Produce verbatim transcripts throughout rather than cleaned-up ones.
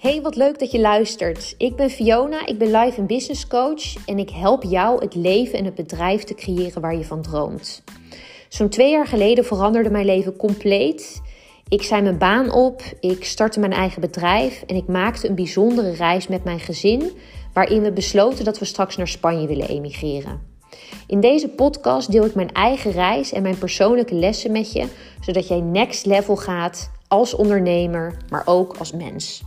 Hey, wat leuk dat je luistert. Ik ben Fiona, ik ben life en business coach en ik help jou het leven en het bedrijf te creëren waar je van droomt. Zo'n twee jaar geleden veranderde mijn leven compleet. Ik zei mijn baan op, ik startte mijn eigen bedrijf en ik maakte een bijzondere reis met mijn gezin, waarin we besloten dat we straks naar Spanje willen emigreren. In deze podcast deel ik mijn eigen reis en mijn persoonlijke lessen met je, zodat jij next level gaat als ondernemer, maar ook als mens.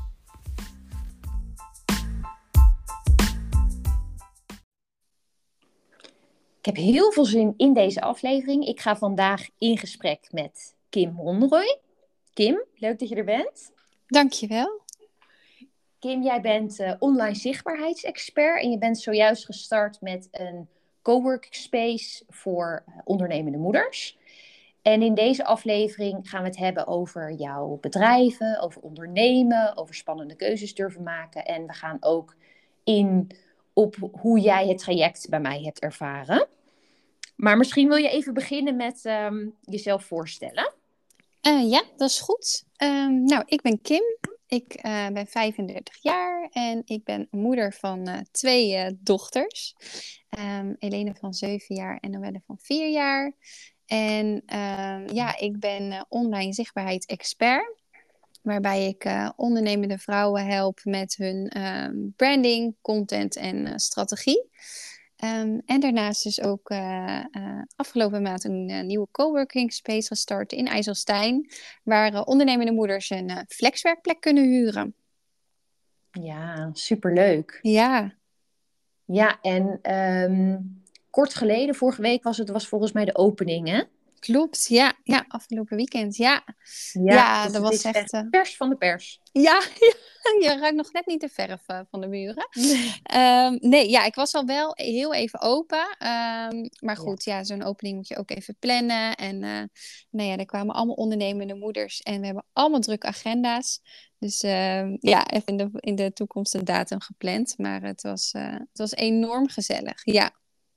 Ik heb heel veel zin in deze aflevering. Ik ga vandaag in gesprek met Kim Monroy. Kim, leuk dat je er bent. Dankjewel. Kim, jij bent uh, online zichtbaarheidsexpert en je bent zojuist gestart met een coworking space voor uh, ondernemende moeders. En in deze aflevering gaan we het hebben over jouw bedrijven, over ondernemen, over spannende keuzes durven maken. En we gaan ook in op hoe jij het traject bij mij hebt ervaren. Maar misschien wil je even beginnen met um, jezelf voorstellen. Uh, ja, dat is goed. Um, nou, ik ben Kim. Ik uh, ben vijfendertig jaar en ik ben moeder van uh, twee uh, dochters. Um, Elene van zeven jaar en Noelle van vier jaar. En um, ja, ik ben uh, online zichtbaarheidsexpert. Waarbij ik uh, ondernemende vrouwen help met hun um, branding, content en uh, strategie. Um, en daarnaast dus ook uh, uh, afgelopen maand een uh, nieuwe coworking space gestart in IJsselstein. Waar uh, ondernemende moeders een uh, flexwerkplek kunnen huren. Ja, superleuk. Ja. Ja, en um, kort geleden, vorige week was het was volgens mij de opening, hè? Klopt, ja. Ja, afgelopen weekend, ja. Ja, ja dus dat het was is echt... echt Uh... pers van de pers. Ja, ja. Je ruikt nog net niet de verf uh, van de muren. Nee. Um, nee, ja, ik was al wel heel even open. Um, maar goed, ja, ja zo'n opening moet je ook even plannen. En uh, nou ja, er kwamen allemaal ondernemende moeders. En we hebben allemaal drukke agenda's. Dus uh, ja, even in de, in de toekomst een datum gepland. Maar het was, uh, het was enorm gezellig, ja.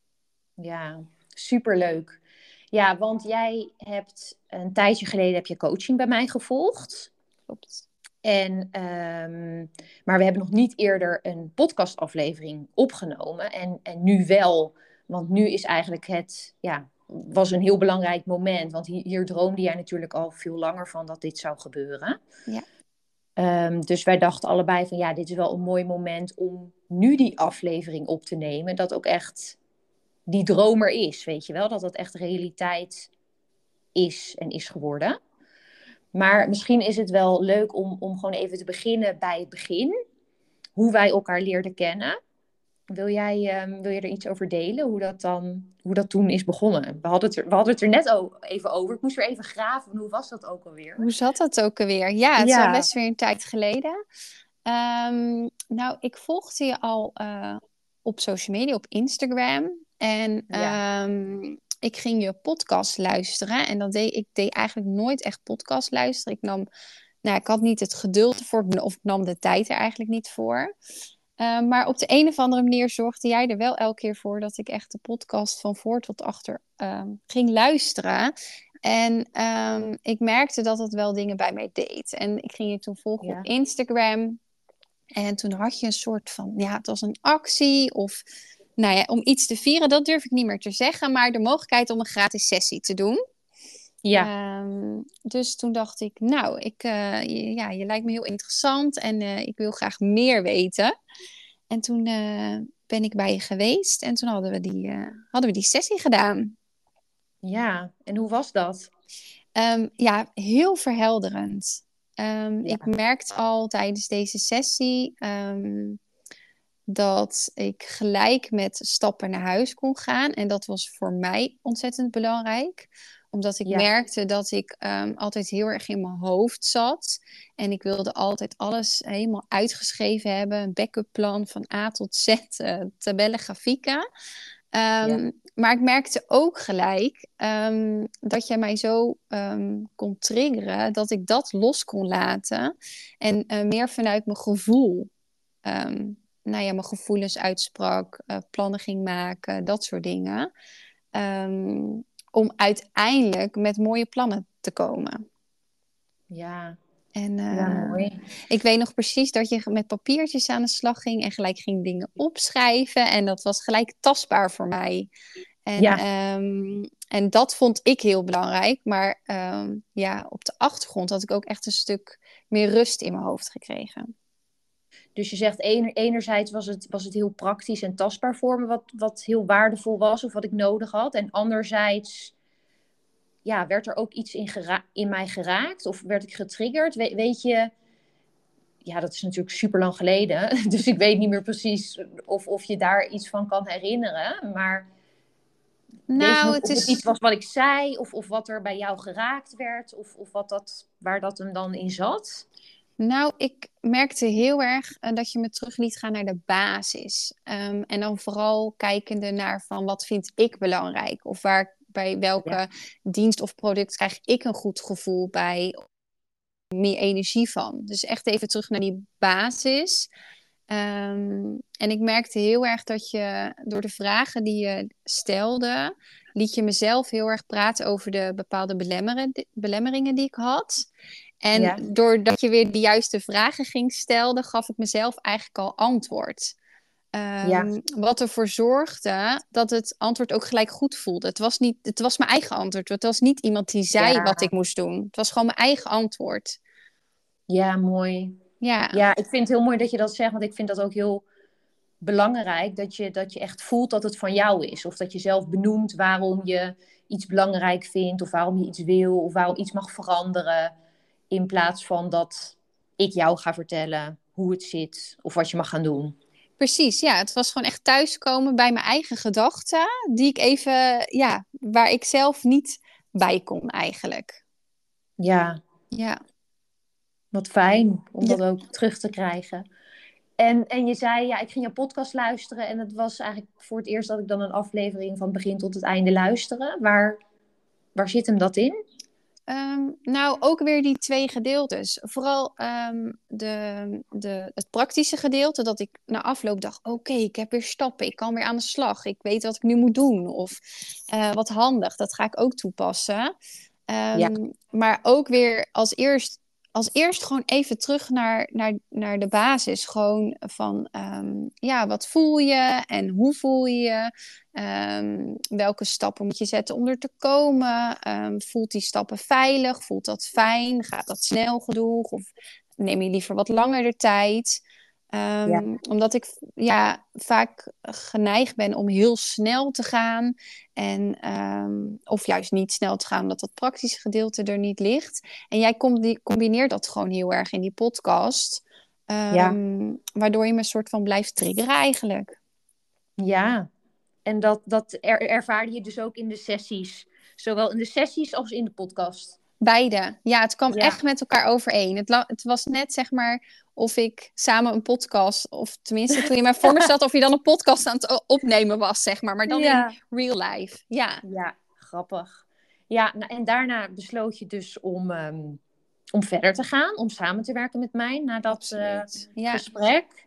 Ja, superleuk. Ja, want jij hebt een tijdje geleden heb je coaching bij mij gevolgd. Klopt. En, um, maar we hebben nog niet eerder een podcastaflevering opgenomen. En, en nu wel, want nu is eigenlijk het, ja, was een heel belangrijk moment. Want hier, hier droomde jij natuurlijk al veel langer van dat dit zou gebeuren. Ja. Um, dus wij dachten allebei van ja, dit is wel een mooi moment om nu die aflevering op te nemen. Dat ook echt die droom er is, weet je wel. Dat dat echt realiteit is en is geworden. Maar misschien is het wel leuk om, om gewoon even te beginnen bij het begin. Hoe wij elkaar leerden kennen. Wil jij, um, wil je er iets over delen? Hoe dat dan, hoe dat toen is begonnen? We hadden het er, we hadden het er net o- even over. Ik moest er even graven. Hoe was dat ook alweer? Hoe zat dat ook alweer? Ja, het ja. is al best weer een tijd geleden. Um, nou, ik volgde je al uh, op social media, op Instagram. En Ja. um, ik ging je podcast luisteren. En dat deed, ik deed eigenlijk nooit echt podcast luisteren. Ik nam, nou, ik had niet het geduld ervoor, of ik nam de tijd er eigenlijk niet voor. Uh, maar op de een of andere manier zorgde jij er wel elke keer voor dat ik echt de podcast van voor tot achter uh, ging luisteren. En um, ik merkte dat het wel dingen bij mij deed. En ik ging je toen volgen ja. op Instagram. En toen had je een soort van, ja, het was een actie of, nou ja, om iets te vieren, dat durf ik niet meer te zeggen, maar de mogelijkheid om een gratis sessie te doen. Ja. Um, dus toen dacht ik, nou, ik, uh, je, ja, je lijkt me heel interessant en uh, ik wil graag meer weten. En toen uh, ben ik bij je geweest en toen hadden we die, uh, hadden we die sessie gedaan. Ja, en hoe was dat? Um, ja, heel verhelderend. Um, ja. Ik merkte al tijdens deze sessie um, dat ik gelijk met stappen naar huis kon gaan. En dat was voor mij ontzettend belangrijk. Omdat ik ja. merkte dat ik um, altijd heel erg in mijn hoofd zat. En ik wilde altijd alles helemaal uitgeschreven hebben. Een backup plan van A tot Z, uh, tabellen, grafieken. Um, ja. Maar ik merkte ook gelijk um, dat jij mij zo um, kon triggeren, dat ik dat los kon laten. En uh, meer vanuit mijn gevoel, um, nou ja, mijn gevoelens uitsprak, uh, plannen ging maken, dat soort dingen. Um, om uiteindelijk met mooie plannen te komen. Ja, En Ja, uh, mooi. ik weet nog precies dat je met papiertjes aan de slag ging en gelijk ging dingen opschrijven. En dat was gelijk tastbaar voor mij. En, Ja, um, en dat vond ik heel belangrijk. Maar um, ja, op de achtergrond had ik ook echt een stuk meer rust in mijn hoofd gekregen. dus je zegt ener, enerzijds was het, was het heel praktisch en tastbaar voor me, wat, wat heel waardevol was of wat ik nodig had. En anderzijds, ja, werd er ook iets in, gera- in mij geraakt of werd ik getriggerd? We, weet je, ja, dat is natuurlijk super lang geleden. Dus ik weet niet meer precies of, of je daar iets van kan herinneren. Maar weet je Nou, nog het of het iets is... was wat ik zei of, of wat er bij jou geraakt werd of, of wat dat, waar dat hem dan in zat? Nou, ik merkte heel erg uh, dat je me terug liet gaan naar de basis. Um, en dan vooral kijkende naar van wat vind ik belangrijk? Of waar, bij welke Ja, dienst of product krijg ik een goed gevoel bij? Meer energie van. Dus echt even terug naar die basis. Um, en ik merkte heel erg dat je door de vragen die je stelde, liet je mezelf heel erg praten over de bepaalde belemmeren, belemmeringen die ik had. En ja, doordat je weer de juiste vragen ging stellen, gaf ik mezelf eigenlijk al antwoord. ja, Um, wat ervoor zorgde dat het antwoord ook gelijk goed voelde. Het was, niet, het was mijn eigen antwoord. Het was niet iemand die zei wat ja, ik moest doen. Het was gewoon mijn eigen antwoord. ja, mooi. Ja, Ja, ik vind het heel mooi dat je dat zegt, want ik vind dat ook heel belangrijk dat je, dat je echt voelt dat het van jou is. Of dat je zelf benoemt waarom je iets belangrijk vindt, of waarom je iets wil, of waarom iets mag veranderen. In plaats van dat ik jou ga vertellen hoe het zit of wat je mag gaan doen. precies. Ja, het was gewoon echt thuiskomen bij mijn eigen gedachten, die ik even, ja, waar ik zelf niet bij kon eigenlijk. Ja, Ja, wat fijn om ja. dat ook terug te krijgen. En, en je zei, ja, ik ging je podcast luisteren en het was eigenlijk voor het eerst dat ik dan een aflevering van het begin tot het einde luisterde. Waar, waar zit hem dat in? Um, nou, ook weer die twee gedeeltes. Vooral um, de, de, het praktische gedeelte, dat ik na afloop dacht: oké, okay, ik heb weer stappen, ik kan weer aan de slag, ik weet wat ik nu moet doen. Of uh, wat handig, dat ga ik ook toepassen. Ja, Um, maar ook weer als eerst, als eerst gewoon even terug naar, naar, naar de basis. Gewoon van, um, ja, wat voel je en hoe voel je je? Um, welke stappen moet je zetten om er te komen? Um, voelt die stappen veilig? Voelt dat fijn? Gaat dat snel genoeg? Of neem je liever wat langer de tijd? ja, Um, omdat ik ja, vaak geneigd ben om heel snel te gaan. En, um, of juist niet snel te gaan, omdat dat praktische gedeelte er niet ligt. En jij combineert dat gewoon heel erg in die podcast. ja, Um, waardoor je me een soort van blijft triggeren eigenlijk. ja. En dat, dat er, ervaarde je dus ook in de sessies. Zowel in de sessies als in de podcast. Beide. Ja, het kwam Ja, echt met elkaar overeen. Het, la- het was net zeg maar of ik samen een podcast, of tenminste toen je mij voor me zat, of je dan een podcast aan het opnemen was, zeg maar. Maar dan in ja, real life. Ja, ja, grappig. Ja, nou, en daarna besloot je dus om, ehm, om verder te gaan, om samen te werken met mij na dat eh, absoluut. Ja. gesprek.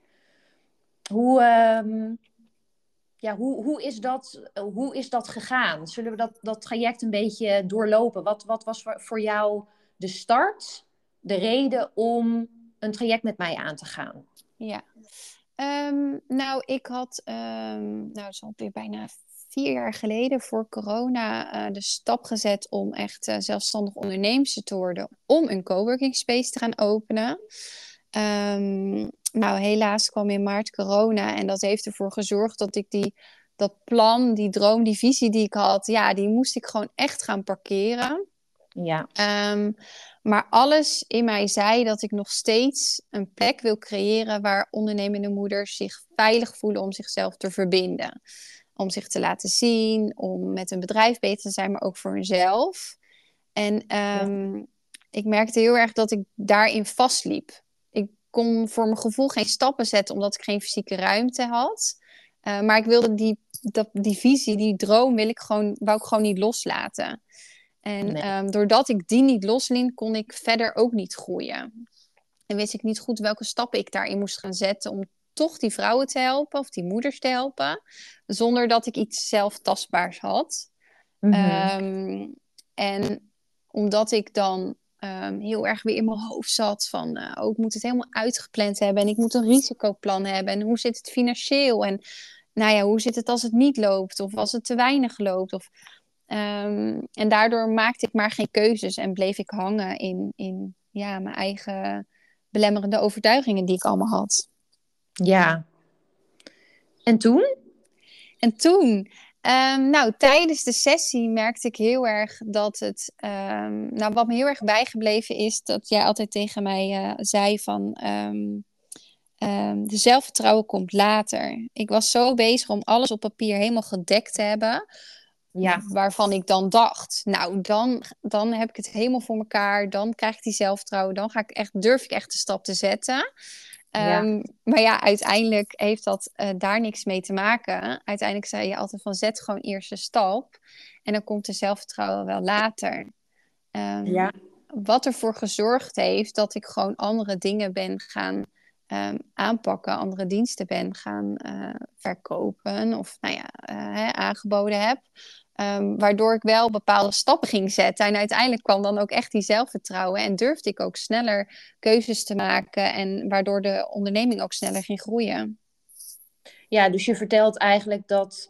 Hoe, ehm, ja, hoe, hoe, is dat, hoe is dat gegaan? Zullen we dat, dat traject een beetje doorlopen? Wat, wat was voor, voor jou de start, de reden om een traject met mij aan te gaan? Ja. Um, nou, ik had, um, nou, het is alweer bijna vier jaar geleden voor corona uh, de stap gezet om echt uh, zelfstandig onderneemster te worden, om een coworking space te gaan openen. Um, nou, helaas kwam in maart corona en dat heeft ervoor gezorgd dat ik die, dat plan, die droom, die visie die ik had, ja, die moest ik gewoon echt gaan parkeren. Ja, Um, maar alles in mij zei dat ik nog steeds een plek wil creëren waar ondernemende moeders zich veilig voelen om zichzelf te verbinden. Om zich te laten zien, om met een bedrijf beter te zijn, maar ook voor hunzelf. En ja, um, ik merkte heel erg dat ik daarin vastliep. Ik kon voor mijn gevoel geen stappen zetten omdat ik geen fysieke ruimte had. Uh, maar ik wilde die, dat, die visie, die droom, wil ik gewoon, wou ik gewoon niet loslaten. En nee, um, doordat ik die niet losliet, kon ik verder ook niet groeien. En wist ik niet goed welke stappen ik daarin moest gaan zetten om toch die vrouwen te helpen of die moeders te helpen, zonder dat ik iets zelf tastbaars had. mhm, Um, en omdat ik dan um, heel erg weer in mijn hoofd zat. Van, uh, oh, ik moet het helemaal uitgepland hebben. En ik moet een risicoplan hebben. En hoe zit het financieel? En nou ja, hoe zit het als het niet loopt? Of als het te weinig loopt? Of, um, en daardoor maakte ik maar geen keuzes. En bleef ik hangen in, in ja, mijn eigen belemmerende overtuigingen die ik allemaal had. Ja. En toen? En toen, um, nou, tijdens de sessie merkte ik heel erg dat het, um, nou, wat me heel erg bijgebleven is, dat jij altijd tegen mij uh, zei van, um, um, de zelfvertrouwen komt later. Ik was zo bezig om alles op papier helemaal gedekt te hebben, Ja. waarvan ik dan dacht, nou, dan, dan heb ik het helemaal voor mekaar, dan krijg ik die zelfvertrouwen, dan ga ik echt, durf ik echt de stap te zetten. Ja. Um, maar ja, uiteindelijk heeft dat uh, daar niks mee te maken. Uiteindelijk zei je altijd van zet gewoon eerst een stap. En dan komt de zelfvertrouwen wel later. Um, Ja. Wat ervoor gezorgd heeft dat ik gewoon andere dingen ben gaan um, aanpakken. Andere diensten ben gaan uh, verkopen. Of nou ja, uh, hè, aangeboden heb. Um, waardoor ik wel bepaalde stappen ging zetten. En uiteindelijk kwam dan ook echt die zelfvertrouwen. En durfde ik ook sneller keuzes te maken. En waardoor de onderneming ook sneller ging groeien. Ja, dus je vertelt eigenlijk dat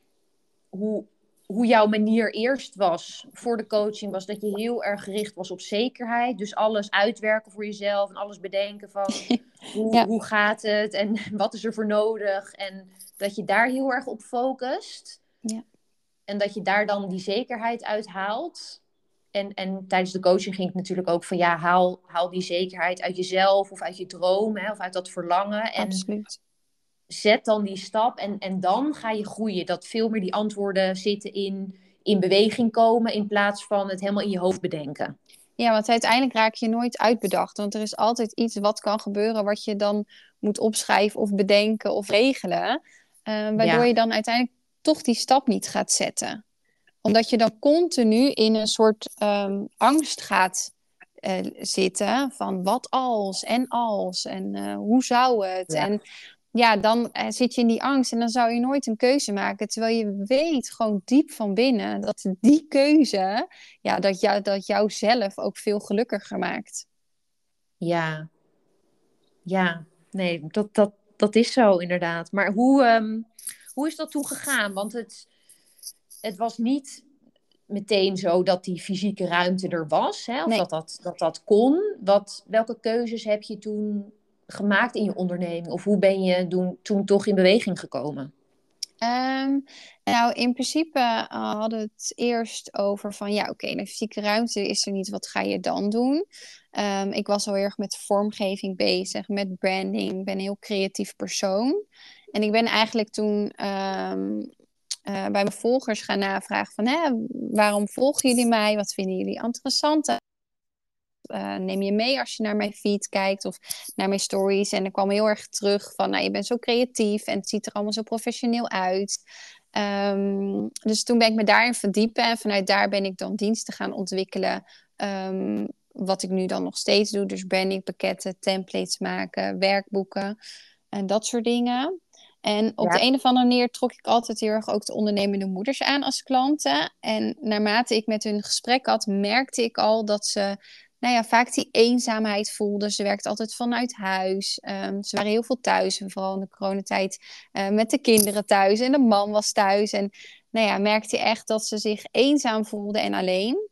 hoe, hoe jouw manier eerst was voor de coaching, was dat je heel erg gericht was op zekerheid. Dus alles uitwerken voor jezelf en alles bedenken van hoe, Ja. hoe gaat het en wat is er voor nodig. En dat je daar heel erg op focust. Ja. En dat je daar dan die zekerheid uit haalt. En, en tijdens de coaching ging het natuurlijk ook van ja, haal, haal die zekerheid uit jezelf of uit je droom, hè, of uit dat verlangen. En Absoluut. zet dan die stap en, en dan ga je groeien. Dat veel meer die antwoorden zitten in, in beweging komen in plaats van het helemaal in je hoofd bedenken. Ja, want uiteindelijk raak je nooit uitbedacht. Want er is altijd iets wat kan gebeuren wat je dan moet opschrijven of bedenken of regelen. Uh, waardoor Ja. je dan uiteindelijk toch die stap niet gaat zetten. Omdat je dan continu in een soort um, angst gaat uh, zitten van wat als en als en uh, hoe zou het. Ja. En ja, dan uh, zit je in die angst en dan zou je nooit een keuze maken. Terwijl je weet gewoon diep van binnen dat die keuze, ja, dat, jou, dat jou zelf ook veel gelukkiger maakt. Ja, ja. Nee, dat, dat, dat is zo inderdaad. Maar hoe, um, hoe is dat toen gegaan? Want het, het was niet meteen zo dat die fysieke ruimte er was, hè? Of Nee. dat, dat, dat dat kon. Wat, welke keuzes heb je toen gemaakt in je onderneming? Of hoe ben je toen, toen toch in beweging gekomen? Um, nou, in principe uh, hadden we het eerst over van ja, oké, okay, de fysieke ruimte is er niet, wat ga je dan doen? Um, ik was al heel erg met vormgeving bezig, met branding. Ik ben een heel creatief persoon. En ik ben eigenlijk toen um, uh, bij mijn volgers gaan navragen van hè, waarom volgen jullie mij? Wat vinden jullie interessant? Uh, neem je mee als je naar mijn feed kijkt of naar mijn stories. En er kwam heel erg terug van, nou, je bent zo creatief en het ziet er allemaal zo professioneel uit. Um, dus toen ben ik me daarin verdiepen en vanuit daar ben ik dan diensten gaan ontwikkelen. Um, wat ik nu dan nog steeds doe. Dus brandingpakketten, templates maken, werkboeken en dat soort dingen. En op Ja. de een of andere manier trok ik altijd heel erg ook de ondernemende moeders aan als klanten. En naarmate ik met hun gesprek had, merkte ik al dat ze nou ja, vaak die eenzaamheid voelden. Ze werkte altijd vanuit huis. Um, ze waren heel veel thuis. En vooral in de coronatijd uh, met de kinderen thuis. En de man was thuis. En nou ja, merkte je echt dat ze zich eenzaam voelden en alleen.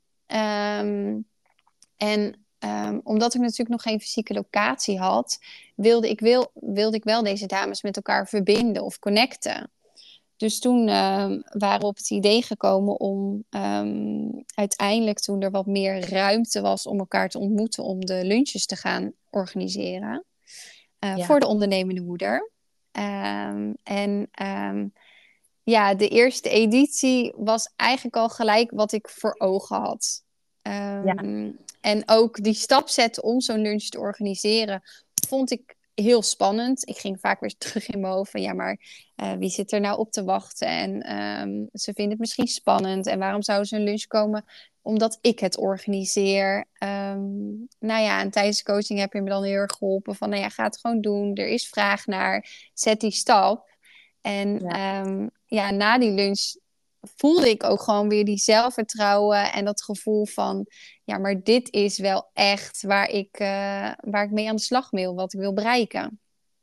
Um, en um, omdat ik natuurlijk nog geen fysieke locatie had, wilde ik, wil, wilde ik wel deze dames met elkaar verbinden of connecten. Dus toen um, waren we op het idee gekomen om um, uiteindelijk, toen er wat meer ruimte was om elkaar te ontmoeten, om de lunches te gaan organiseren uh, Ja. voor de ondernemende moeder. Um, en um, ja, de eerste editie was eigenlijk al gelijk wat ik voor ogen had. Um, Ja. En ook die stap zetten om zo'n lunch te organiseren, vond ik heel spannend. Ik ging vaak weer terug in mijn hoofd van ja, maar uh, wie zit er nou op te wachten? En um, ze vinden het misschien spannend. En waarom zouden ze een lunch komen? Omdat ik het organiseer. Um, nou ja, en tijdens de coaching heb je me dan heel erg geholpen van nou ja, ga het gewoon doen. Er is vraag naar. Zet die stap. En Ja. um, ja, na die lunch voelde ik ook gewoon weer die zelfvertrouwen en dat gevoel van, ja, maar dit is wel echt waar ik, uh, waar ik mee aan de slag wil, wat ik wil bereiken.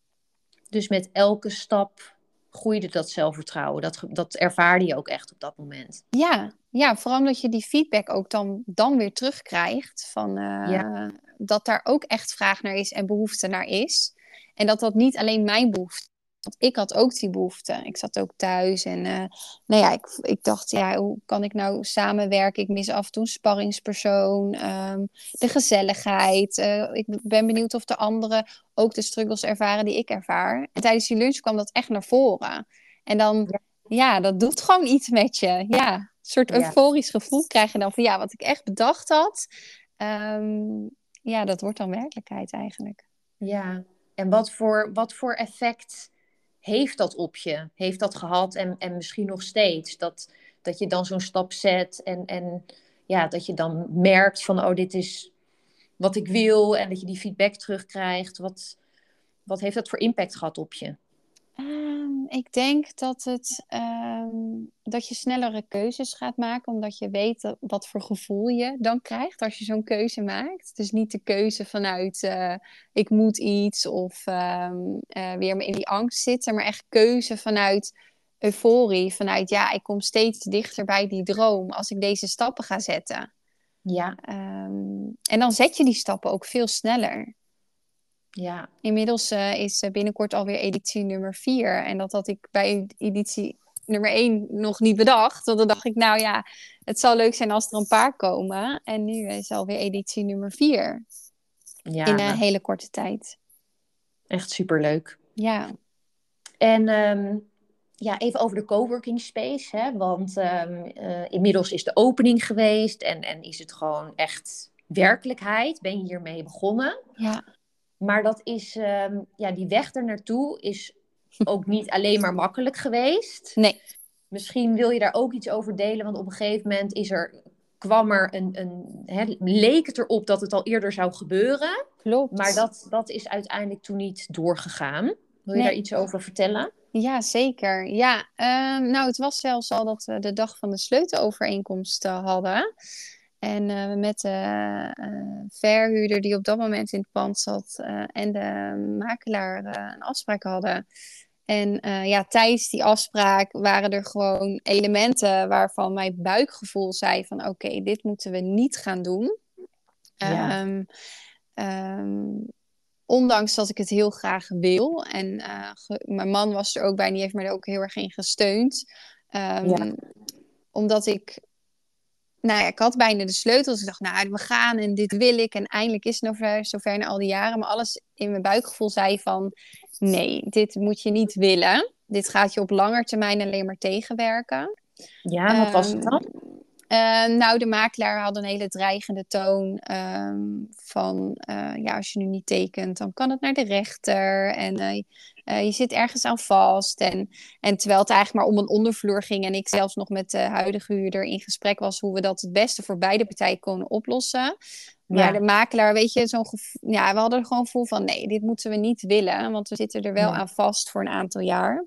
Dus met elke stap groeide dat zelfvertrouwen. Dat, dat ervaarde je ook echt op dat moment. Ja, ja, vooral omdat je die feedback ook dan, dan weer terugkrijgt. Van, Ja, uh, dat daar ook echt vraag naar is en behoefte naar is. En dat dat niet alleen mijn behoefte. Want ik had ook die behoefte. Ik zat ook thuis en uh, nou ja, ik, ik dacht, ja, hoe kan ik nou samenwerken? Ik mis af en toe een sparringspersoon, um, de gezelligheid. Uh, ik ben benieuwd of de anderen ook de struggles ervaren die ik ervaar. En tijdens die lunch kwam dat echt naar voren. En dan, ja, ja, dat doet gewoon iets met je. Ja, een soort ja. euforisch gevoel krijg je dan van, ja, wat ik echt bedacht had. Um, ja, dat wordt dan werkelijkheid eigenlijk. Ja. En wat voor, wat voor effect heeft dat op je? Heeft dat gehad en, en misschien nog steeds? Dat, dat je dan zo'n stap zet en, en ja, dat je dan merkt van, oh, dit is wat ik wil. En dat je die feedback terugkrijgt. Wat, wat heeft dat voor impact gehad op je? Um, ik denk dat, het, um, dat je snellere keuzes gaat maken, omdat je weet dat, wat voor gevoel je dan krijgt als je zo'n keuze maakt. Dus niet de keuze vanuit uh, ik moet iets of um, uh, weer in die angst zitten, maar echt keuze vanuit euforie, vanuit ja, ik kom steeds dichter bij die droom als ik deze stappen ga zetten. Ja, Um, en dan zet je die stappen ook veel sneller. ja, Inmiddels uh, is uh, binnenkort alweer editie nummer vier. En dat had ik bij editie nummer één nog niet bedacht. Want dan dacht ik, nou ja, het zou leuk zijn als er een paar komen. En nu is alweer editie nummer vier. In een ja. hele korte tijd. Echt superleuk. Ja. En um, ja, even over de coworking space. Hè? Want um, uh, inmiddels is de opening geweest en, en is het gewoon echt werkelijkheid. Ben je hiermee begonnen? Ja. Maar dat is, um, ja, die weg er naartoe is ook niet alleen maar makkelijk geweest. Nee. Misschien wil je daar ook iets over delen, want op een gegeven moment is er, kwam er een, een hè, leek het erop dat het al eerder zou gebeuren. Klopt. Maar dat, dat is uiteindelijk toen niet doorgegaan. Wil je Nee. daar iets over vertellen? Ja, zeker. Ja, um, nou, het was zelfs al dat we de dag van de sleutenovereenkomst uh, hadden. En uh, met de uh, verhuurder die op dat moment in het pand zat uh, en de makelaar uh, een afspraak hadden. En uh, ja, tijdens die afspraak waren er gewoon elementen waarvan mijn buikgevoel zei van oké, okay, dit moeten we niet gaan doen. Ja. Um, um, Ondanks dat ik het heel graag wil. En uh, ge- mijn man was er ook bij en die heeft me er ook heel erg in gesteund. Um, Ja. Omdat ik... Nou ja, ik had bijna de sleutels. Ik dacht, nou, we gaan en dit wil ik. En eindelijk is het zover, zover na al die jaren. Maar alles in mijn buikgevoel zei van... Nee, dit moet je niet willen. Dit gaat je op lange termijn alleen maar tegenwerken. Ja, en wat was het Um, dan? Uh, nou, de makelaar had een hele dreigende toon um, van, uh, ja, als je nu niet tekent, dan kan het naar de rechter en uh, uh, je zit ergens aan vast. En, en terwijl het eigenlijk maar om een ondervloer ging en ik zelfs nog met de huidige huurder in gesprek was hoe we dat het beste voor beide partijen konden oplossen. Maar Ja. de makelaar, weet je, zo'n gevo- ja, we hadden er gewoon gevoel van, nee, dit moeten we niet willen, want we zitten er wel Nee. aan vast voor een aantal jaar.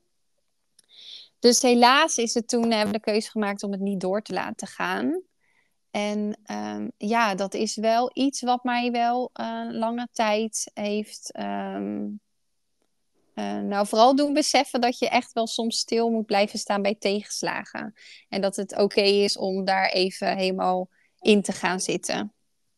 Dus helaas is het toen, hebben we de keuze gemaakt om het niet door te laten gaan. En um, ja, dat is wel iets wat mij wel uh, lange tijd heeft... Um, uh, nou, vooral doen beseffen dat je echt wel soms stil moet blijven staan bij tegenslagen. En dat het oké okay is om daar even helemaal in te gaan zitten.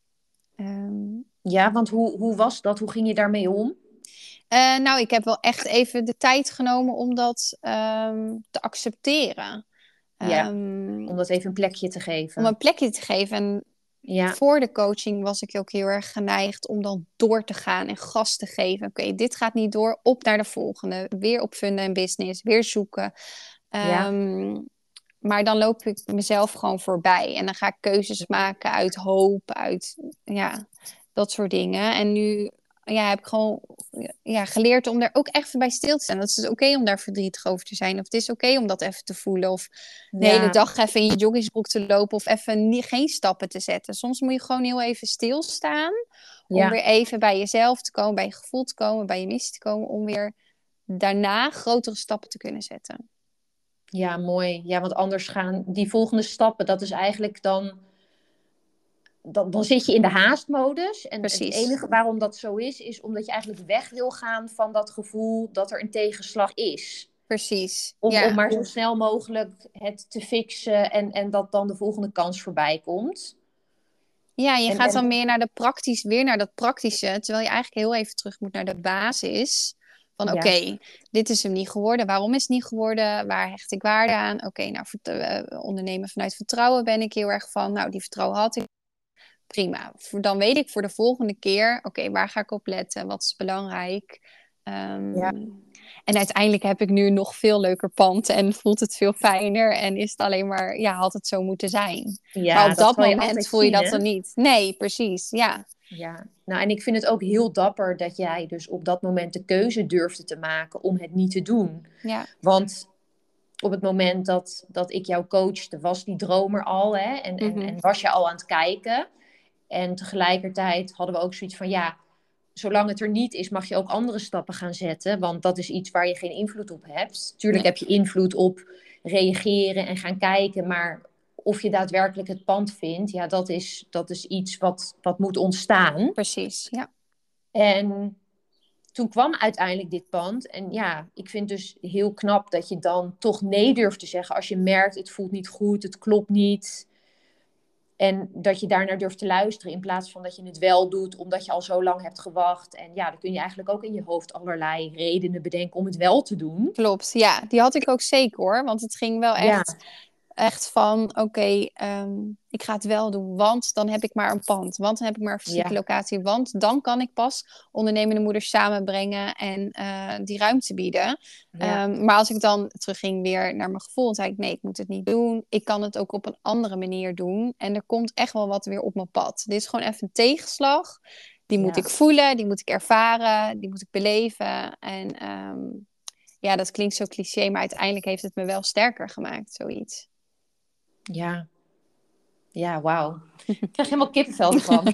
Um, Ja, want hoe, hoe was dat? Hoe ging je daarmee om? uh, nou, ik heb wel echt even de tijd genomen om dat um, te accepteren. Ja, Um, om dat even een plekje te om geven. een plekje te geven. En Ja. voor de coaching was ik ook heel erg geneigd om dan door te gaan en gas te geven. Oké, okay, dit gaat niet door, op naar de volgende. Weer op Funda en Business, weer zoeken. Ja. Um, maar dan loop ik mezelf gewoon voorbij. En dan ga ik keuzes maken uit hoop, uit ja, dat soort dingen. En nu ja, heb ik gewoon ja, geleerd om daar ook echt bij stil te staan. Dat is oké okay om daar verdrietig over te zijn. Of het is oké okay om dat even te voelen. Of de Ja. hele dag even in je joggingsbroek te lopen. Of even niet, geen stappen te zetten. Soms moet je gewoon heel even stilstaan. Om Ja. weer even bij jezelf te komen. Bij je gevoel te komen. Bij je missie te komen. Om weer daarna grotere stappen te kunnen zetten. Ja, mooi. Ja, want anders gaan die volgende stappen, dat is eigenlijk dan, dan, dan zit je in de haastmodus. En het Precies, enige waarom dat zo is, is omdat je eigenlijk weg wil gaan van dat gevoel dat er een tegenslag is. precies. Om, om Ja. maar zo snel mogelijk het te fixen en, en dat dan de volgende kans voorbij komt. Ja, je En, gaat dan en meer naar de praktisch, weer naar dat praktische, terwijl je eigenlijk heel even terug moet naar de basis. Van ja, oké, dit is hem niet geworden. Waarom is het niet geworden? Waar hecht ik waarde aan? Oké, nou, vert- eh, ondernemen vanuit vertrouwen ben ik heel erg van. Nou, die vertrouwen had ik. Prima. Voor- Dan weet ik voor de volgende keer, oké, waar ga ik op letten? Wat is belangrijk? ja, Ehm, en uiteindelijk heb ik nu een nog veel leuker pand en voelt het veel fijner en is het alleen maar, ja, had het zo moeten zijn. Maar ja, op dat dat zal je moment altijd voel je zien, dat hè? dan niet. Nee, precies. Ja, Ja, nou en ik vind het ook heel dapper dat jij dus op dat moment de keuze durfde te maken om het niet te doen. ja. Want op het moment dat, dat ik jou coachte, was die droom er al, hè? En, en, Mhm. en was je al aan het kijken. En tegelijkertijd hadden we ook zoiets van, ja, zolang het er niet is, mag je ook andere stappen gaan zetten. Want dat is iets waar je geen invloed op hebt. Tuurlijk Nee, heb je invloed op reageren en gaan kijken, maar of je daadwerkelijk het pand vindt, ja, dat is, dat is iets wat, wat moet ontstaan. precies. Ja, En toen kwam uiteindelijk dit pand. En ja, ik vind dus heel knap dat je dan toch nee durft te zeggen als je merkt het voelt niet goed, het klopt niet. En dat je daarnaar durft te luisteren in plaats van dat je het wel doet omdat je al zo lang hebt gewacht. En ja, dan kun je eigenlijk ook in je hoofd allerlei redenen bedenken om het wel te doen. klopt. Ja, die had ik ook zeker hoor. Want het ging wel Ja, echt echt van, oké, ehm, ik ga het wel doen, want dan heb ik maar een pand. Want dan heb ik maar een fysieke ja, locatie. Want dan kan ik pas ondernemende moeders samenbrengen en eh, die ruimte bieden. ja, Ehm, maar als ik dan terugging weer naar mijn gevoel, en zei ik, nee, ik moet het niet doen. Ik kan het ook op een andere manier doen. En er komt echt wel wat weer op mijn pad. Dit is gewoon even een tegenslag. Die moet ja. ik voelen, die moet ik ervaren, die moet ik beleven. En ehm, ja, dat klinkt zo cliché, maar uiteindelijk heeft het me wel sterker gemaakt, zoiets. Ja, ja, wauw. Ik krijg helemaal kippenvel ervan.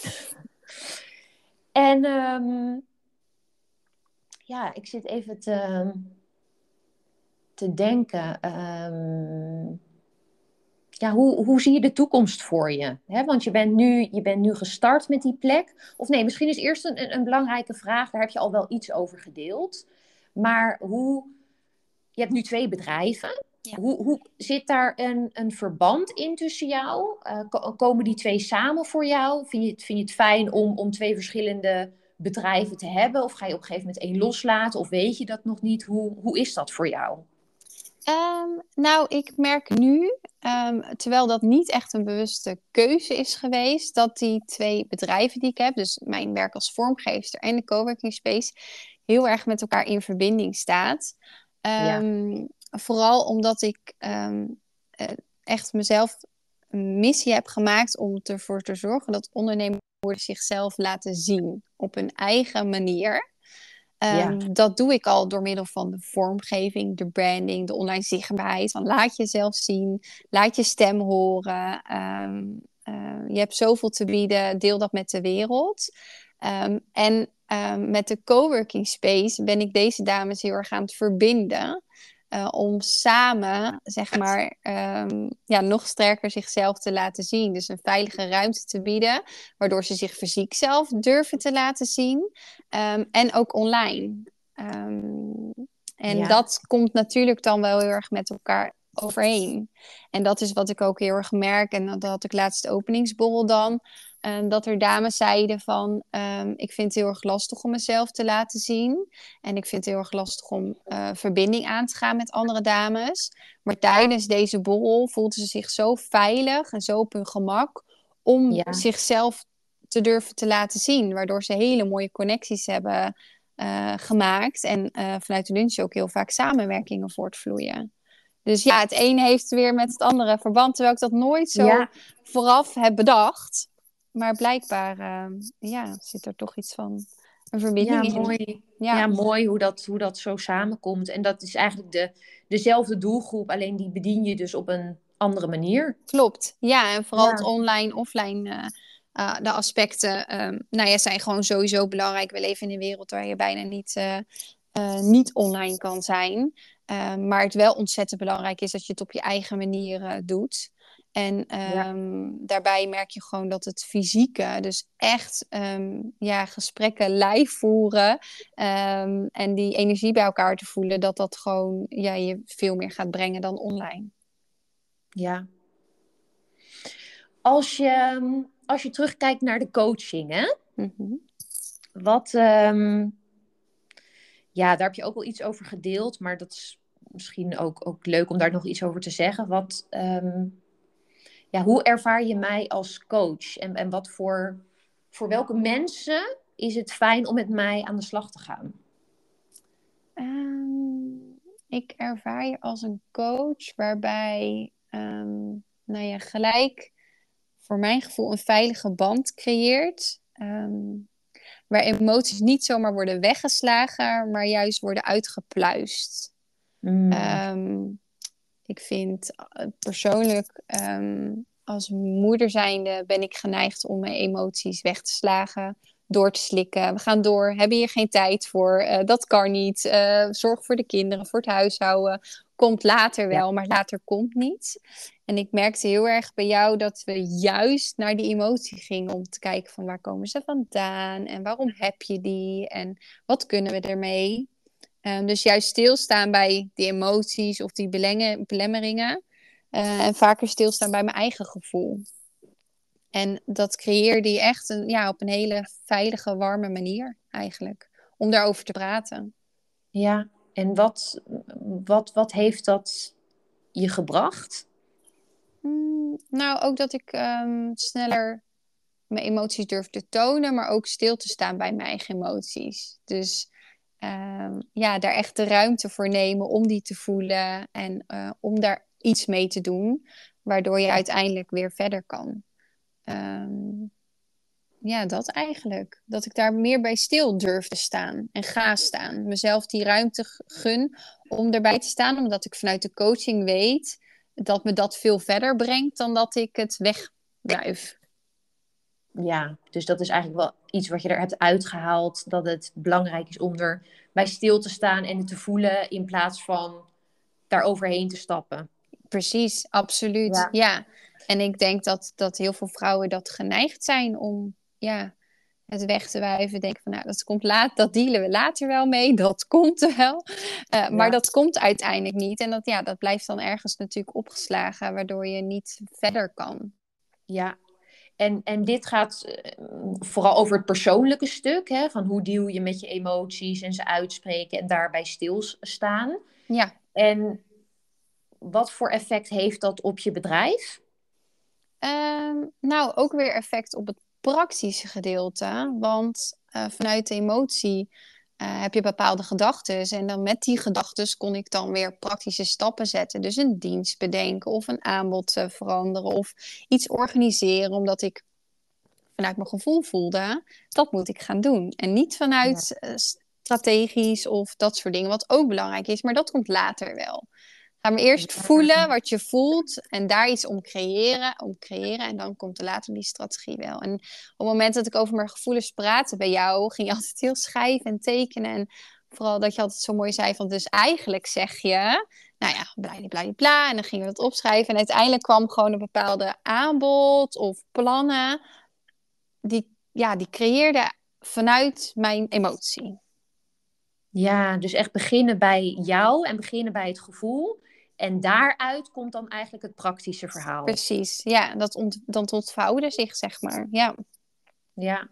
En ehm, ja, ik zit even te, te denken. ehm, ja, hoe, hoe zie je de toekomst voor je? Hè, want je bent, nu, je bent nu gestart met die plek. Of nee, misschien is eerst een, een, een belangrijke vraag. Daar heb je al wel iets over gedeeld. Maar hoe, je hebt nu twee bedrijven. Ja. Hoe, hoe zit daar een, een verband in tussen jou? Uh, ko- komen die twee samen voor jou? Vind je het, vind je het fijn om, om twee verschillende bedrijven te hebben? Of ga je op een gegeven moment één loslaten? Of weet je dat nog niet? Hoe, hoe is dat voor jou? Ehm, nou, ik merk nu, ehm, terwijl dat niet echt een bewuste keuze is geweest, dat die twee bedrijven die ik heb, dus mijn werk als vormgeefster en de coworking space, heel erg met elkaar in verbinding staat. Ja, Ehm, vooral omdat ik ehm, eh, echt mezelf een missie heb gemaakt om ervoor te zorgen dat ondernemers zichzelf laten zien op hun eigen manier. ja, Um, dat doe ik al door middel van de vormgeving, de branding, de online zichtbaarheid. Van laat jezelf zien, laat je stem horen. Um, uh, je hebt zoveel te bieden, deel dat met de wereld. Um, en um, met de coworking space ben ik deze dames heel erg aan het verbinden. Uh, om samen, zeg maar, um, ja, nog sterker zichzelf te laten zien. Dus een veilige ruimte te bieden, waardoor ze zich fysiek zelf durven te laten zien. Um, en ook online. Um, en ja, dat komt natuurlijk dan wel heel erg met elkaar overheen. En dat is wat ik ook heel erg merk. En dat had ik laatst de openingsborrel dan. Um, dat er dames zeiden van... Um, ik vind het heel erg lastig om mezelf te laten zien. En ik vind het heel erg lastig om uh, verbinding aan te gaan met andere dames. Maar tijdens deze borrel voelden ze zich zo veilig en zo op hun gemak... om ja. zichzelf te durven te laten zien. Waardoor ze hele mooie connecties hebben uh, gemaakt. En uh, vanuit de lunch ook heel vaak samenwerkingen voortvloeien. Dus ja, het ene heeft weer met het andere verband. Terwijl ik dat nooit zo Ja, vooraf heb bedacht. Maar blijkbaar uh, ja, zit er toch iets van een verbinding ja, in. mooi. Ja, Ja, mooi hoe dat, hoe dat zo samenkomt. En dat is eigenlijk de, dezelfde doelgroep, alleen die bedien je dus op een andere manier. klopt. Ja, en vooral het Ja, online, offline... Uh, uh, de aspecten um, nou ja, zijn gewoon sowieso belangrijk. We leven in een wereld waar je bijna niet, uh, uh, niet online kan zijn. Uh, maar het wel ontzettend belangrijk is dat je het op je eigen manier uh, doet. En um, ja. daarbij merk je gewoon dat het fysieke, dus echt um, ja, gesprekken live voeren um, en die energie bij elkaar te voelen, dat dat gewoon ja, je veel meer gaat brengen dan online. Ja. Als je, als je terugkijkt naar de coaching, hè? Mm-hmm. Wat, um, ja, daar heb je ook wel iets over gedeeld, maar dat is misschien ook, ook leuk om daar nog iets over te zeggen. Wat, um, ja, hoe ervaar je mij als coach? En, en wat voor, voor welke mensen is het fijn om met mij aan de slag te gaan? Um, ik ervaar je als een coach waarbij um, nou ja, gelijk voor mijn gevoel een veilige band creëert. Um, waar emoties niet zomaar worden weggeslagen, maar juist worden uitgepluist. Mm. Um, ik vind persoonlijk, um, als moeder zijnde, ben ik geneigd om mijn emoties weg te slagen, door te slikken. We gaan door, hebben hier geen tijd voor, uh, dat kan niet. Uh, zorg voor de kinderen, voor het huishouden. Komt later wel, ja. maar later komt niet. En ik merkte heel erg bij jou dat we juist naar die emotie gingen om te kijken van waar komen ze vandaan en waarom heb je die en wat kunnen we ermee. Um, dus juist stilstaan bij die emoties of die belengen, belemmeringen uh, en vaker stilstaan bij mijn eigen gevoel. En dat creëerde je echt een, ja, op een hele veilige, warme manier eigenlijk, om daarover te praten. Ja, en wat, wat, wat heeft dat je gebracht? Mm, nou, ook dat ik um, sneller mijn emoties durf te tonen, maar ook stil te staan bij mijn eigen emoties. Dus um, ja, daar echt de ruimte voor nemen om die te voelen en uh, om daar iets mee te doen, waardoor je uiteindelijk weer verder kan. Um, ja, dat eigenlijk. Dat ik daar meer bij stil durf te staan en ga staan. Mezelf die ruimte gun om erbij te staan, omdat ik vanuit de coaching weet dat me dat veel verder brengt dan dat ik het wegwuif. Ja, dus dat is eigenlijk wel iets wat je er hebt uitgehaald, dat het belangrijk is om er bij stil te staan en het te voelen in plaats van daar overheen te stappen. Precies, absoluut. Ja. ja. En ik denk dat, dat heel veel vrouwen dat geneigd zijn om ja, het weg te wuiven. Denken van nou, dat komt laat, dat dealen we later wel mee. Dat komt er wel. Uh, maar ja. dat komt uiteindelijk niet. En dat, ja, dat blijft dan ergens natuurlijk opgeslagen, waardoor je niet verder kan. Ja, en, en dit gaat uh, vooral over het persoonlijke stuk. Hè? Van hoe deal je met je emoties en ze uitspreken en daarbij stilstaan. Ja. En wat voor effect heeft dat op je bedrijf? Um, nou, ook weer effect op het praktische gedeelte. Want uh, vanuit de emotie uh, heb je bepaalde gedachten. En dan met die gedachten kon ik dan weer praktische stappen zetten. Dus een dienst bedenken of een aanbod uh, veranderen of iets organiseren. Omdat ik vanuit mijn gevoel voelde, dat moet ik gaan doen. En niet vanuit ja. uh, strategisch of dat soort dingen, wat ook belangrijk is. Maar dat komt later wel. Ga maar eerst voelen wat je voelt en daar iets om creëren, om creëren en dan komt er later die strategie wel. En op het moment dat ik over mijn gevoelens praatte bij jou, ging je altijd heel schrijven en tekenen en vooral dat je altijd zo mooi zei van dus eigenlijk zeg je, nou ja, bladibladibla en dan gingen we dat opschrijven en uiteindelijk kwam gewoon een bepaalde aanbod of plannen die, ja, die creëerde vanuit mijn emotie. Ja, dus echt beginnen bij jou en beginnen bij het gevoel. En daaruit komt dan eigenlijk het praktische verhaal. Precies, ja. Dat ont, dan ontvouwde zich, zeg maar. Ja. Ja.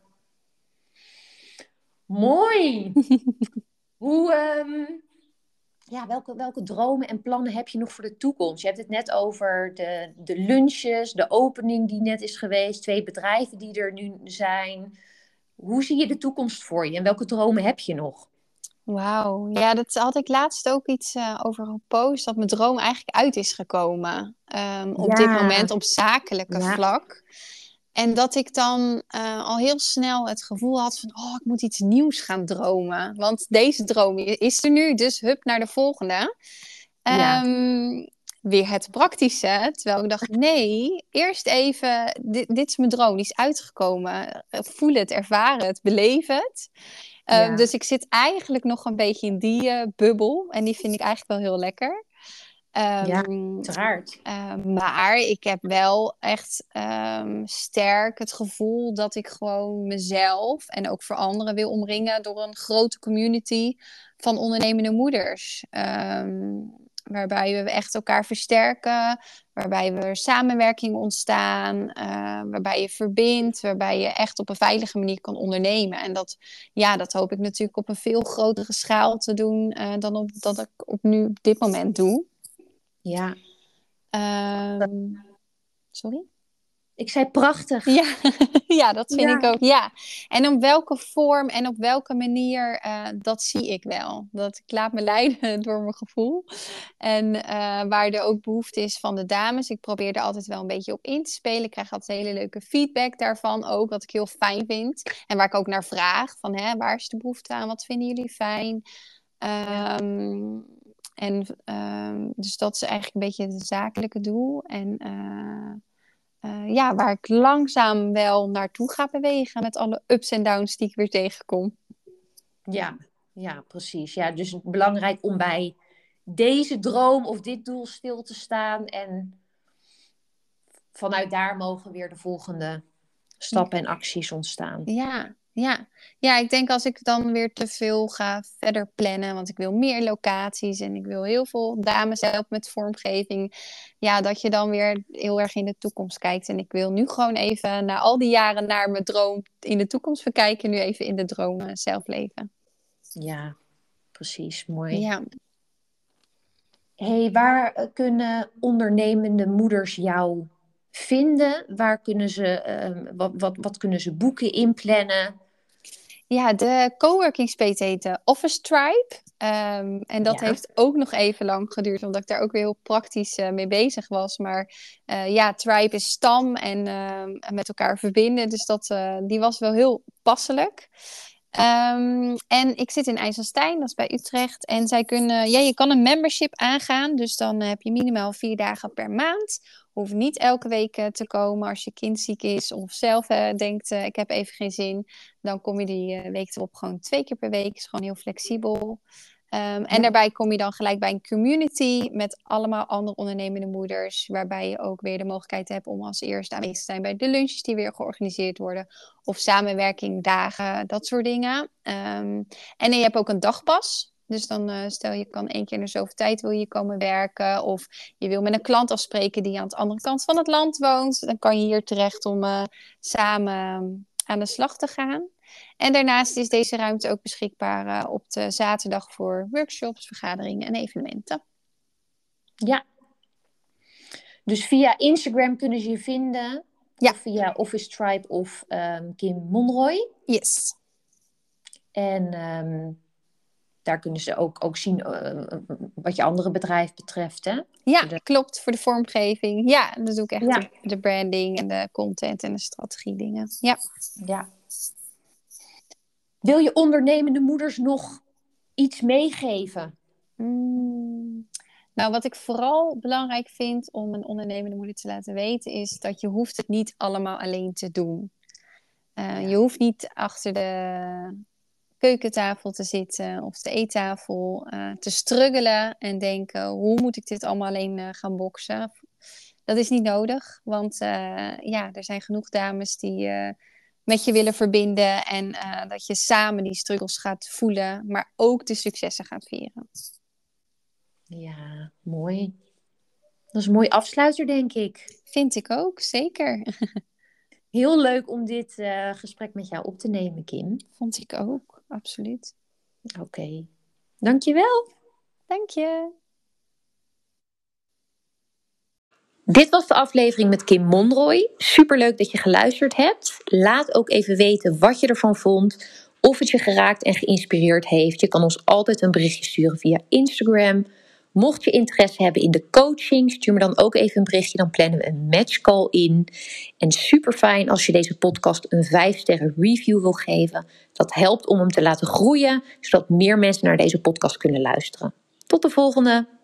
Mooi! Hoe, um, ja, welke, welke dromen en plannen heb je nog voor de toekomst? Je hebt het net over de, de lunches, de opening die net is geweest. Twee bedrijven die er nu zijn. Hoe zie je de toekomst voor je? En welke dromen heb je nog? Wauw, ja, dat had ik laatst ook iets uh, over gepost, dat mijn droom eigenlijk uit is gekomen. Um, op ja. dit moment op zakelijke ja. vlak. En dat ik dan uh, al heel snel het gevoel had van, oh, ik moet iets nieuws gaan dromen. Want deze droom is er nu, dus hup naar de volgende. Ja. Um, weer het praktische, terwijl ik dacht, nee, eerst even, dit, dit is mijn droom, die is uitgekomen. Voel het, ervaar het, beleef het. Ja. Dus ik zit eigenlijk nog een beetje in die uh, bubbel. En die vind ik eigenlijk wel heel lekker. Um, ja, uiteraard. Uh, maar ik heb wel echt um, sterk het gevoel dat ik gewoon mezelf en ook voor anderen wil omringen door een grote community van ondernemende moeders. Um, waarbij we echt elkaar versterken, waarbij er samenwerking ontstaan, uh, waarbij je verbindt, waarbij je echt op een veilige manier kan ondernemen. En dat, ja, dat hoop ik natuurlijk op een veel grotere schaal te doen uh, dan op, dat ik op nu op dit moment doe. Ja. Um, sorry? Ik zei prachtig. Ja, ja dat vind ja. ik ook. Ja. En op welke vorm en op welke manier, uh, dat zie ik wel. Dat ik laat me leiden door mijn gevoel. En uh, waar er ook behoefte is van de dames. Ik probeer er altijd wel een beetje op in te spelen. Ik krijg altijd hele leuke feedback daarvan ook. Wat ik heel fijn vind. En waar ik ook naar vraag. Van, hè, waar is de behoefte aan? Wat vinden jullie fijn? Um, ja. En um, dus dat is eigenlijk een beetje het zakelijke doel. En uh, uh, ja, waar ik langzaam wel naartoe ga bewegen met alle ups en downs die ik weer tegenkom. Ja, ja, precies. Ja, dus belangrijk om bij deze droom of dit doel stil te staan. En vanuit daar mogen weer de volgende stappen en acties ontstaan. Ja. Ja. ja, ik denk als ik dan weer te veel ga verder plannen, want ik wil meer locaties en ik wil heel veel dames helpen met vormgeving, ja, dat je dan weer heel erg in de toekomst kijkt. En ik wil nu gewoon even na al die jaren naar mijn droom in de toekomst verkijken, nu even in de droom zelf leven. Ja, precies. Mooi. Ja. Hey, waar kunnen ondernemende moeders jou vinden? Waar kunnen ze, uh, wat, wat, wat kunnen ze boeken, inplannen? Ja, de coworking space heet Office Tribe. Um, en dat ja. heeft ook nog even lang geduurd, omdat ik daar ook weer heel praktisch uh, mee bezig was. Maar uh, ja, Tribe is stam en uh, met elkaar verbinden. Dus dat, uh, die was wel heel passelijk. Um, en ik zit in IJsselstein, dat is bij Utrecht. En zij kunnen, ja, je kan een membership aangaan. Dus dan heb je minimaal vier dagen per maand. Hoeft niet elke week uh, te komen als je kind ziek is of zelf uh, denkt, uh, ik heb even geen zin. Dan kom je die uh, week erop gewoon twee keer per week. Is gewoon heel flexibel. Um, en ja. daarbij kom je dan gelijk bij een community met allemaal andere ondernemende moeders. Waarbij je ook weer de mogelijkheid hebt om als eerste aanwezig te zijn bij de lunches die weer georganiseerd worden. Of samenwerking, dagen, dat soort dingen. Um, en je hebt ook een dagpas. Dus dan uh, stel je kan één keer in de zoveel tijd wil je komen werken. Of je wil met een klant afspreken die aan de andere kant van het land woont. Dan kan je hier terecht om uh, samen aan de slag te gaan. En daarnaast is deze ruimte ook beschikbaar uh, op de zaterdag voor workshops, vergaderingen en evenementen. Ja. Dus via Instagram kunnen ze je vinden. Ja. Of via Office Tribe of um, Kim Monroy. Yes. En um, daar kunnen ze ook, ook zien uh, wat je andere bedrijf betreft, hè? Ja, de... klopt. Voor de vormgeving. Ja, dat doe ik echt ja. de, de branding en de content en de strategie dingen. Ja. Ja. Wil je ondernemende moeders nog iets meegeven? Mm. Nou, wat ik vooral belangrijk vind om een ondernemende moeder te laten weten, is dat je hoeft het niet allemaal alleen te doen. Uh, ja. Je hoeft niet achter de keukentafel te zitten of de eettafel uh, te struggelen en denken, hoe moet ik dit allemaal alleen uh, gaan boksen? Dat is niet nodig, want uh, ja, er zijn genoeg dames die uh, met je willen verbinden en uh, dat je samen die struggles gaat voelen, maar ook de successen gaat vieren. Ja, mooi. Dat is een mooi afsluiter, denk ik. Vind ik ook, zeker. Heel leuk om dit uh, gesprek met jou op te nemen, Kim. Vond ik ook, absoluut. Oké. Okay. Dankjewel. Dank je. Dit was de aflevering met Kim Monroy. Superleuk dat je geluisterd hebt. Laat ook even weten wat je ervan vond. Of het je geraakt en geïnspireerd heeft. Je kan ons altijd een berichtje sturen via Instagram. Mocht je interesse hebben in de coaching, stuur me dan ook even een berichtje. Dan plannen we een matchcall in. En super fijn als je deze podcast een vijf sterren review wil geven. Dat helpt om hem te laten groeien, zodat meer mensen naar deze podcast kunnen luisteren. Tot de volgende!